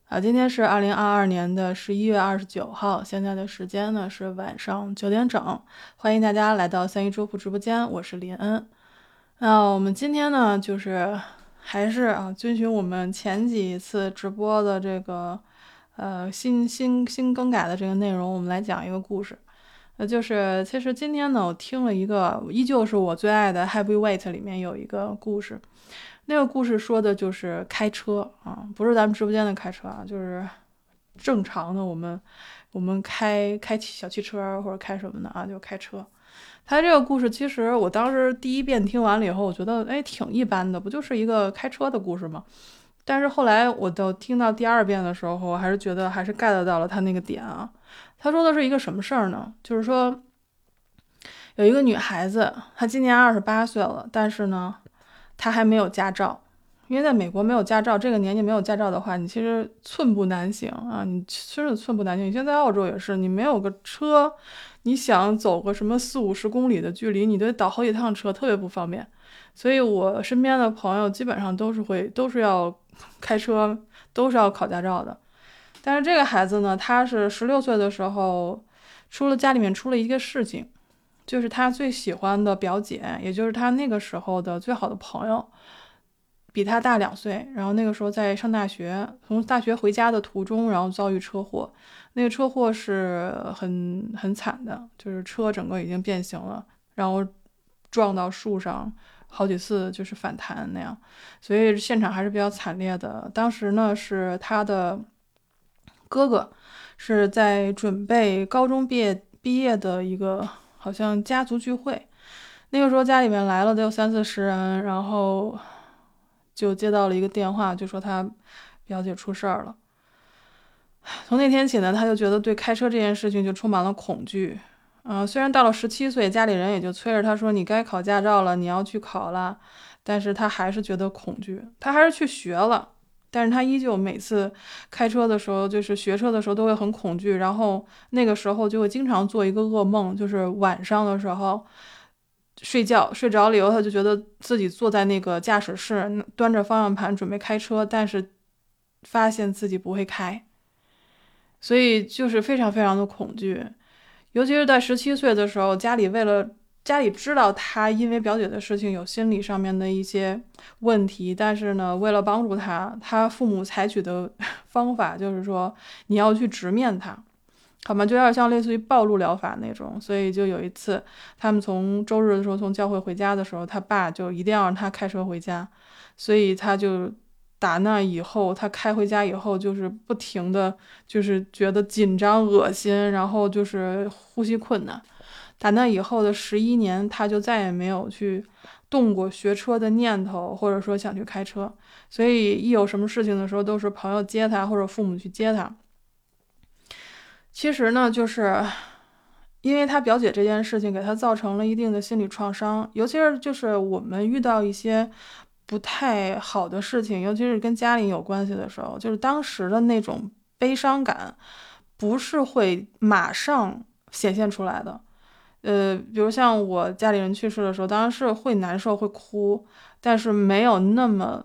今天是2022年的11月29号，现在的时间呢是晚上9点整，欢迎大家来到三一粥铺直播间，我是林恩。那我们今天呢，就是还是遵循我们前几次直播的这个新更改的这个内容，我们来讲一个故事。就是其实今天呢，我听了一个依旧是我最爱的 Heavyweight 里面有一个故事。那个故事说的就是开车啊，不是咱们直播间的开车啊，就是正常的我们开小汽车或者开什么的啊，就开车。他这个故事其实我当时第一遍听完了以后，我觉得挺一般的，不就是一个开车的故事吗？但是后来我都听到第二遍的时候，我还是觉得还是 get 到了他那个点啊。他说的是一个什么事儿呢？就是说有一个女孩子，她今年28岁了，但是呢，她还没有驾照。因为在美国没有驾照，这个年纪没有驾照的话，你其实寸步难行啊！你真的寸步难行。你现在在澳洲也是，你没有个车，你想走个什么40-50公里的距离，你得倒好几趟车，特别不方便。所以我身边的朋友基本上都是要开车，都是要考驾照的。但是这个孩子呢，他是16岁的时候，家里面出了一个事情，就是他最喜欢的表姐，也就是他那个时候的最好的朋友，比他大2岁，然后那个时候在上大学，从大学回家的途中，然后遭遇车祸。那个车祸是很惨的，就是车整个已经变形了，然后撞到树上好几次，就是反弹那样，所以现场还是比较惨烈的。当时呢是他的哥哥是在准备高中毕业的一个好像家族聚会，那个时候家里面来了得有30-40人，然后就接到了一个电话，就说他表姐出事儿了。从那天起呢，他就觉得对开车这件事情就充满了恐惧。虽然到了17岁，家里人也就催着他说你该考驾照了，你要去考了，但是他还是觉得恐惧，他还是去学了。但是他依旧每次开车的时候，就是学车的时候都会很恐惧，然后那个时候就会经常做一个噩梦，就是晚上的时候睡觉睡着了以后，他就觉得自己坐在那个驾驶室，端着方向盘准备开车，但是发现自己不会开，所以就是非常非常的恐惧。尤其是在17岁的时候，家里知道他因为表姐的事情有心理上面的一些问题，但是呢，为了帮助他，他父母采取的方法就是说你要去直面他，好吗？就有点像类似于暴露疗法那种。所以就有一次，他们从周日的时候从教会回家的时候，他爸就一定要让他开车回家，所以他就打那以后，他开回家以后就是不停的就是觉得紧张恶心，然后就是呼吸困难。打那以后的11年，他就再也没有去动过学车的念头，或者说想去开车。所以一有什么事情的时候，都是朋友接他，或者父母去接他。其实呢，就是因为他表姐这件事情给他造成了一定的心理创伤，尤其是就是我们遇到一些不太好的事情，尤其是跟家里有关系的时候，就是当时的那种悲伤感不是会马上显现出来的。比如像我家里人去世的时候，当然是会难受会哭，但是没有那么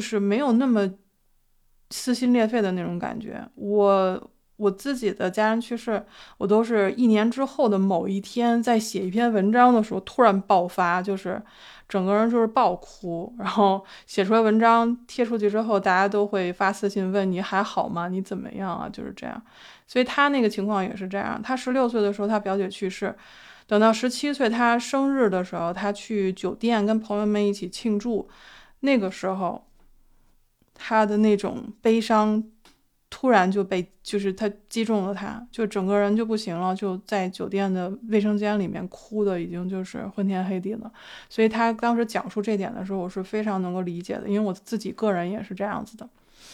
撕心裂肺的那种感觉。我自己的家人去世，我都是1年之后的某一天，在写一篇文章的时候突然爆发，就是整个人就是爆哭，然后写出来文章贴出去之后，大家都会发私信问你还好吗？你怎么样啊？就是这样。所以他那个情况也是这样。他16岁的时候，他表姐去世，等到17岁他生日的时候，他去酒店跟朋友们一起庆祝，那个时候他的那种悲伤突然就是他击中了他，就整个人就不行了，就在酒店的卫生间里面哭的已经就是昏天黑地了。所以他当时讲述这点的时候，我是非常能够理解的，因为我自己个人也是这样子的。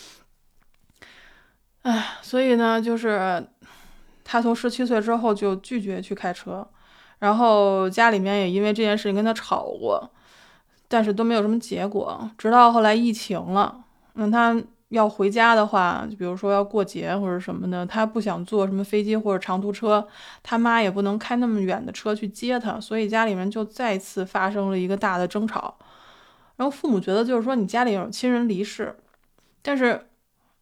所以呢，就是他从17岁之后就拒绝去开车，然后家里面也因为这件事情跟他吵过，但是都没有什么结果。直到后来疫情了，他要回家的话，就比如说要过节或者什么的，他不想坐什么飞机或者长途车，他妈也不能开那么远的车去接他，所以家里面就再次发生了一个大的争吵。然后父母觉得就是说你家里有亲人离世，但是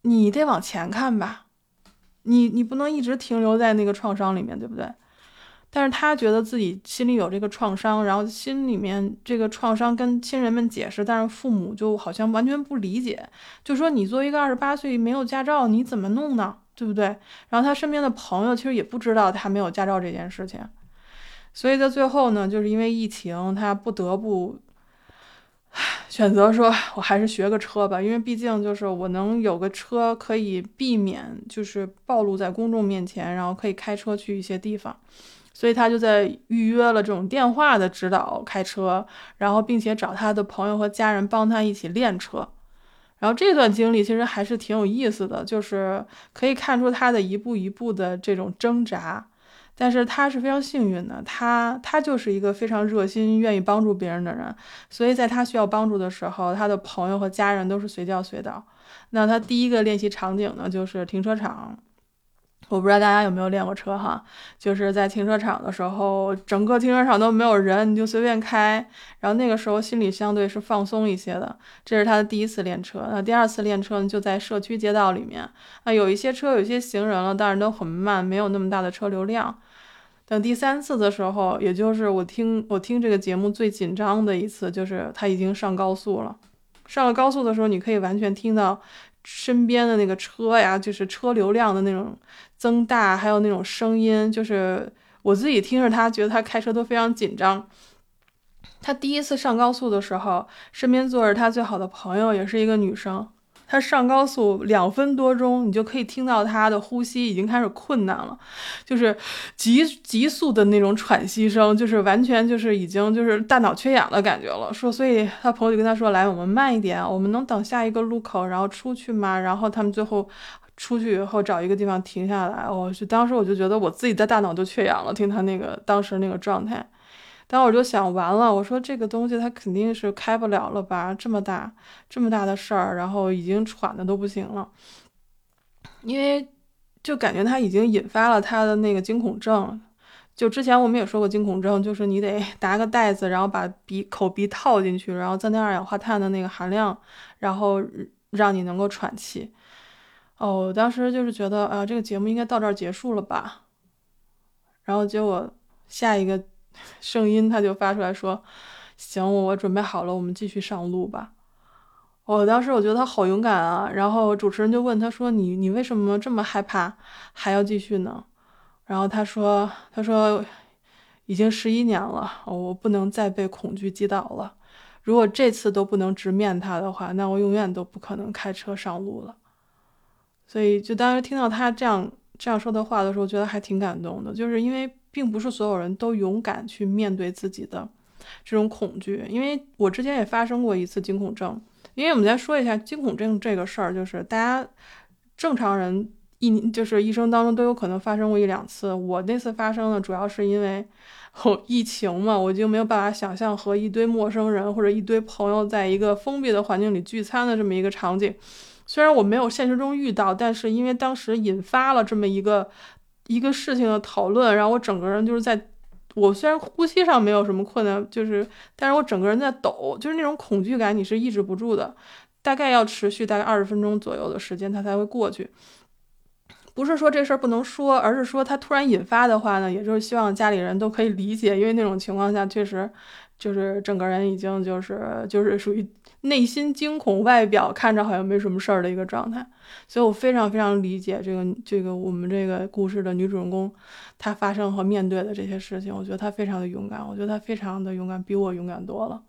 你得往前看吧，你不能一直停留在那个创伤里面，对不对？但是他觉得自己心里有这个创伤，然后心里面这个创伤跟亲人们解释，但是父母就好像完全不理解，就说你作为一个28岁没有驾照，你怎么弄呢？对不对？然后他身边的朋友其实也不知道他没有驾照这件事情，所以在最后呢，就是因为疫情，他不得不选择说，我还是学个车吧，因为毕竟就是我能有个车，可以避免就是暴露在公众面前，然后可以开车去一些地方。所以他就在预约了这种电话的指导开车，然后并且找他的朋友和家人帮他一起练车。然后这段经历其实还是挺有意思的，就是可以看出他的一步一步的这种挣扎。但是他是非常幸运的，他就是一个非常热心、愿意帮助别人的人，所以在他需要帮助的时候，他的朋友和家人都是随叫随到。那他第一个练习场景呢，就是停车场。我不知道大家有没有练过车哈，就是在停车场的时候，整个停车场都没有人，你就随便开，然后那个时候心里相对是放松一些的。这是他的第一次练车。那第二次练车呢，就在社区街道里面，有一些车，有一些行人了，但是都很慢，没有那么大的车流量。等第三次的时候，也就是我听这个节目最紧张的一次，就是他已经上高速了。上了高速的时候，你可以完全听到身边的那个车呀，就是车流量的那种增大，还有那种声音，就是我自己听着他，觉得他开车都非常紧张。他第一次上高速的时候，身边坐着他最好的朋友，也是一个女生。他上高速2分多钟，你就可以听到他的呼吸已经开始困难了，就是急速的那种喘息声，就是完全就是已经就是大脑缺氧的感觉了。说，所以他朋友就跟他说：“来，我们慢一点，我们能等下一个路口，然后出去吗？”然后他们最后出去以后找一个地方停下来。当时我就觉得我自己的大脑都缺氧了，听他那个当时那个状态。当我就想完了，我说这个东西它肯定是开不了了吧，这么大的事儿，然后已经喘的都不行了，因为就感觉他已经引发了他的那个惊恐症。就之前我们也说过，惊恐症就是你得拿个袋子，然后把口鼻套进去，然后增加二氧化碳的那个含量，然后让你能够喘气。我当时就是觉得这个节目应该到这儿结束了吧，然后结果下一个声音他就发出来说：“行，我准备好了，我们继续上路吧。”当时我觉得他好勇敢啊。然后主持人就问他说：“你为什么这么害怕，还要继续呢？”然后他说已经11年了，我不能再被恐惧击倒了。如果这次都不能直面他的话，那我永远都不可能开车上路了。所以就当时听到他这样说的话的时候，觉得还挺感动的，就是因为并不是所有人都勇敢去面对自己的这种恐惧。因为我之前也发生过一次惊恐症。因为我们再说一下惊恐症这个事儿，就是大家正常人就是一生当中都有可能发生过1-2次。我那次发生的主要是因为疫情嘛，我就没有办法想象和一堆陌生人或者一堆朋友在一个封闭的环境里聚餐的这么一个场景。虽然我没有现实中遇到，但是因为当时引发了这么一个事情的讨论，然后我整个人就是我虽然呼吸上没有什么困难，但是我整个人在抖，就是那种恐惧感你是抑制不住的，大概要持续大概20分钟左右的时间它才会过去。不是说这事儿不能说，而是说它突然引发的话呢，也就是希望家里人都可以理解，因为那种情况下确实就是整个人已经就是属于内心惊恐，外表看着好像没什么事儿的一个状态。所以我非常非常理解这个我们这个故事的女主人公她发生和面对的这些事情。我觉得她非常的勇敢，我觉得她非常的勇敢，比我勇敢多了。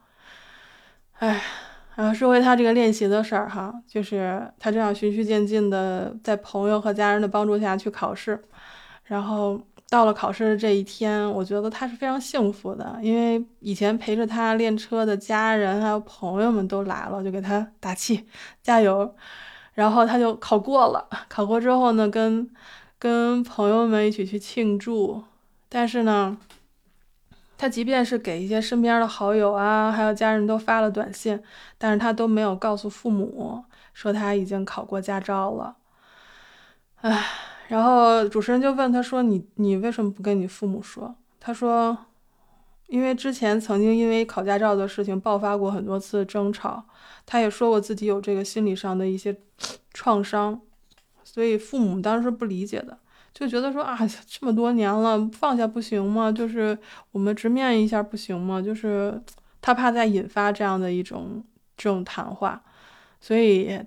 然后说回他这个练习的事儿哈，就是他这样循序渐进的在朋友和家人的帮助下去考试，然后到了考试的这一天，我觉得他是非常幸福的，因为以前陪着他练车的家人还有朋友们都来了，就给他打气加油。然后他就考过了，考过之后呢，跟朋友们一起去庆祝。但是呢，他即便是给一些身边的好友啊，还有家人都发了短信，但是他都没有告诉父母说他已经考过驾照了。然后主持人就问他说：“你为什么不跟你父母说？”他说：“因为之前曾经因为考驾照的事情爆发过很多次争吵，他也说过自己有这个心理上的一些创伤， 所以父母当时不理解的，就觉得说啊，这么多年了，放下不行吗？就是我们直面一下不行吗？就是他怕再引发这种谈话，所以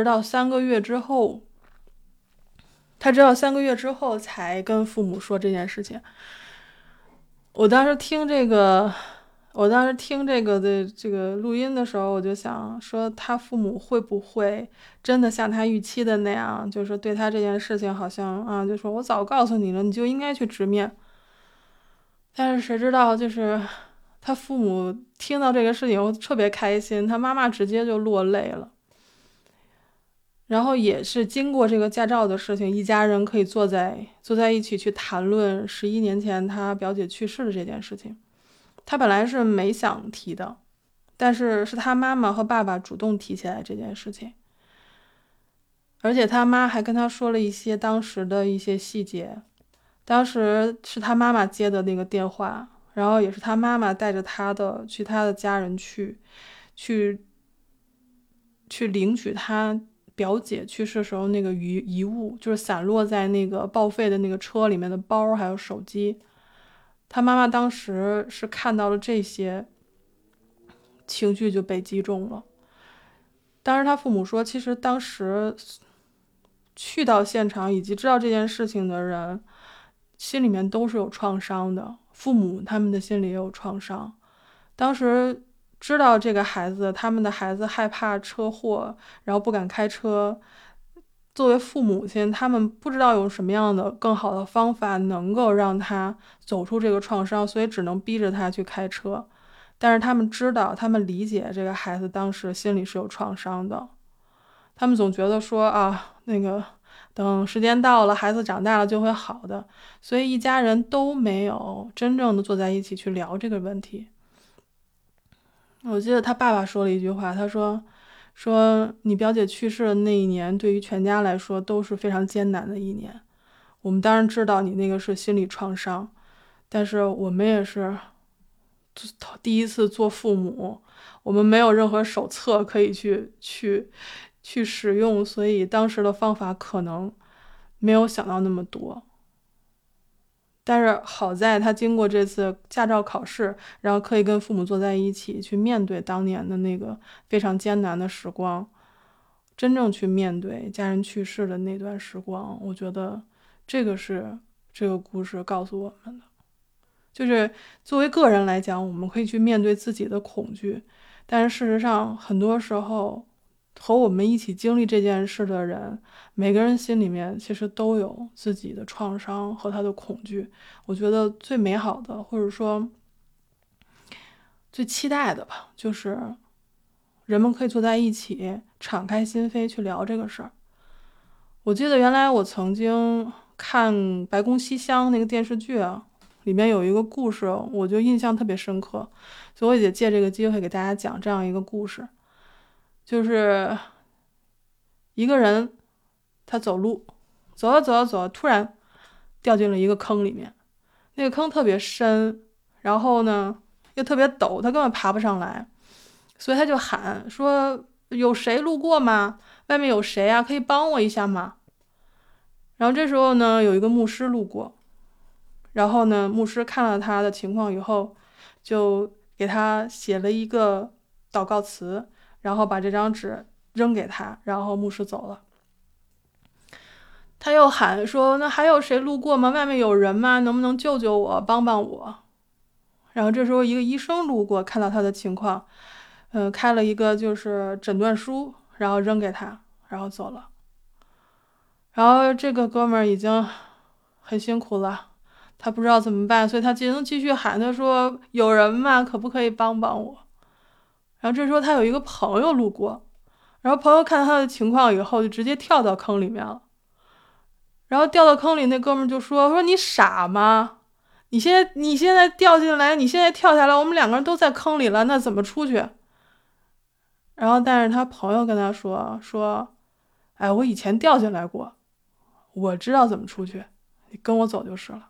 他直到3个月之后才跟父母说这件事情。我当时听这个，的这个录音的时候，我就想说，他父母会不会真的像他预期的那样，就是对他这件事情好像啊，就说我早告诉你了，你就应该去直面。但是谁知道，就是他父母听到这个事情后特别开心，他妈妈直接就落泪了。然后也是经过这个驾照的事情，一家人可以坐在一起去谈论11年前他表姐去世的这件事情。他本来是没想提的，但是他妈妈和爸爸主动提起来这件事情，而且他妈还跟他说了一些当时的一些细节。当时是他妈妈接的那个电话，然后也是他妈妈带着他的家人去领取他表姐去世时候那个遗物，就是散落在那个报废的那个车里面的包还有手机。他妈妈当时是看到了这些，情绪就被击中了。当时他父母说，其实当时去到现场以及知道这件事情的人，心里面都是有创伤的，父母他们的心里也有创伤。当时知道这个孩子，他们的孩子害怕车祸，然后不敢开车。作为父母亲，他们不知道有什么样的更好的方法能够让他走出这个创伤，所以只能逼着他去开车。但是他们知道，他们理解这个孩子当时心里是有创伤的。他们总觉得说啊，那个等时间到了，孩子长大了就会好的，所以一家人都没有真正的坐在一起去聊这个问题。我记得他爸爸说了一句话，他说你表姐去世的那一年，对于全家来说都是非常艰难的一年。我们当然知道你那个是心理创伤，但是我们也是第一次做父母，我们没有任何手册可以去使用，所以当时的方法可能没有想到那么多。但是好在他经过这次驾照考试，然后可以跟父母坐在一起去面对当年的那个非常艰难的时光，真正去面对家人去世的那段时光。我觉得这个是这个故事告诉我们的，就是作为个人来讲，我们可以去面对自己的恐惧，但是事实上很多时候和我们一起经历这件事的人，每个人心里面其实都有自己的创伤和他的恐惧。我觉得最美好的，或者说最期待的吧，就是人们可以坐在一起，敞开心扉去聊这个事儿。我记得原来我曾经看《白宫西厢》那个电视剧啊，里面有一个故事，我就印象特别深刻，所以我也借这个机会给大家讲这样一个故事。就是一个人他走路，走着走着走着，突然掉进了一个坑里面。那个坑特别深，然后呢又特别陡，他根本爬不上来，所以他就喊说：有谁路过吗？外面有谁啊？可以帮我一下吗？然后这时候呢，有一个牧师路过，然后呢，牧师看了他的情况以后，就给他写了一个祷告词，然后把这张纸扔给他，然后牧师走了。他又喊说：那还有谁路过吗？外面有人吗？能不能救救我，帮帮我？然后这时候一个医生路过，看到他的情况，开了一个就是诊断书，然后扔给他，然后走了。然后这个哥们儿已经很辛苦了，他不知道怎么办，所以他只能继续喊，他说：有人吗？可不可以帮帮我？然后这时候他有一个朋友路过，然后朋友看到他的情况以后，就直接跳到坑里面了。然后掉到坑里，那哥们儿就说你傻吗？你现在掉进来，你现在跳下来，我们两个人都在坑里了，那怎么出去？然后但是他朋友跟他说，哎，我以前掉进来过，我知道怎么出去，你跟我走就是了。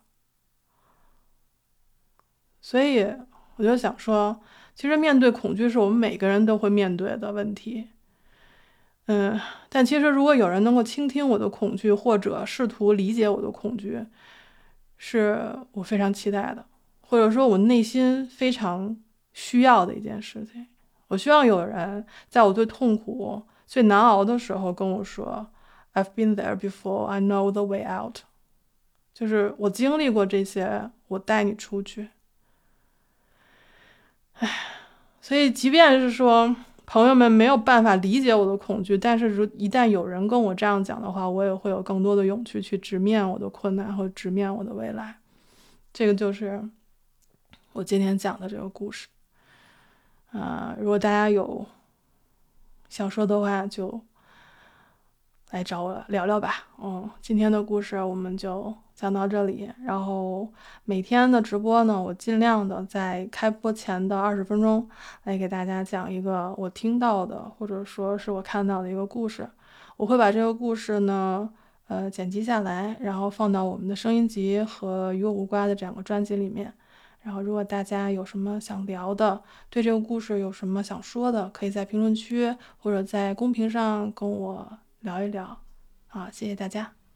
所以我就想说，其实面对恐惧是我们每个人都会面对的问题。 但其实如果有人能够倾听我的恐惧，或者试图理解我的恐惧，是我非常期待的，或者说我内心非常需要的一件事情。我希望有人在我最痛苦、最难熬的时候跟我说 "I've been there before, I know the way out"， 就是我经历过这些，我带你出去。所以即便是说朋友们没有办法理解我的恐惧，但是一旦有人跟我这样讲的话，我也会有更多的勇气去直面我的困难和直面我的未来。这个就是我今天讲的这个故事。如果大家有想说的话，就来找我聊聊吧。今天的故事我们就讲到这里。然后每天的直播呢，我尽量的在开播前的20分钟来给大家讲一个我听到的，或者说是我看到的一个故事。我会把这个故事呢，剪辑下来，然后放到我们的声音集和与我无关的这两个专辑里面。然后如果大家有什么想聊的，对这个故事有什么想说的，可以在评论区或者在公屏上跟我聊一聊。好，谢谢大家。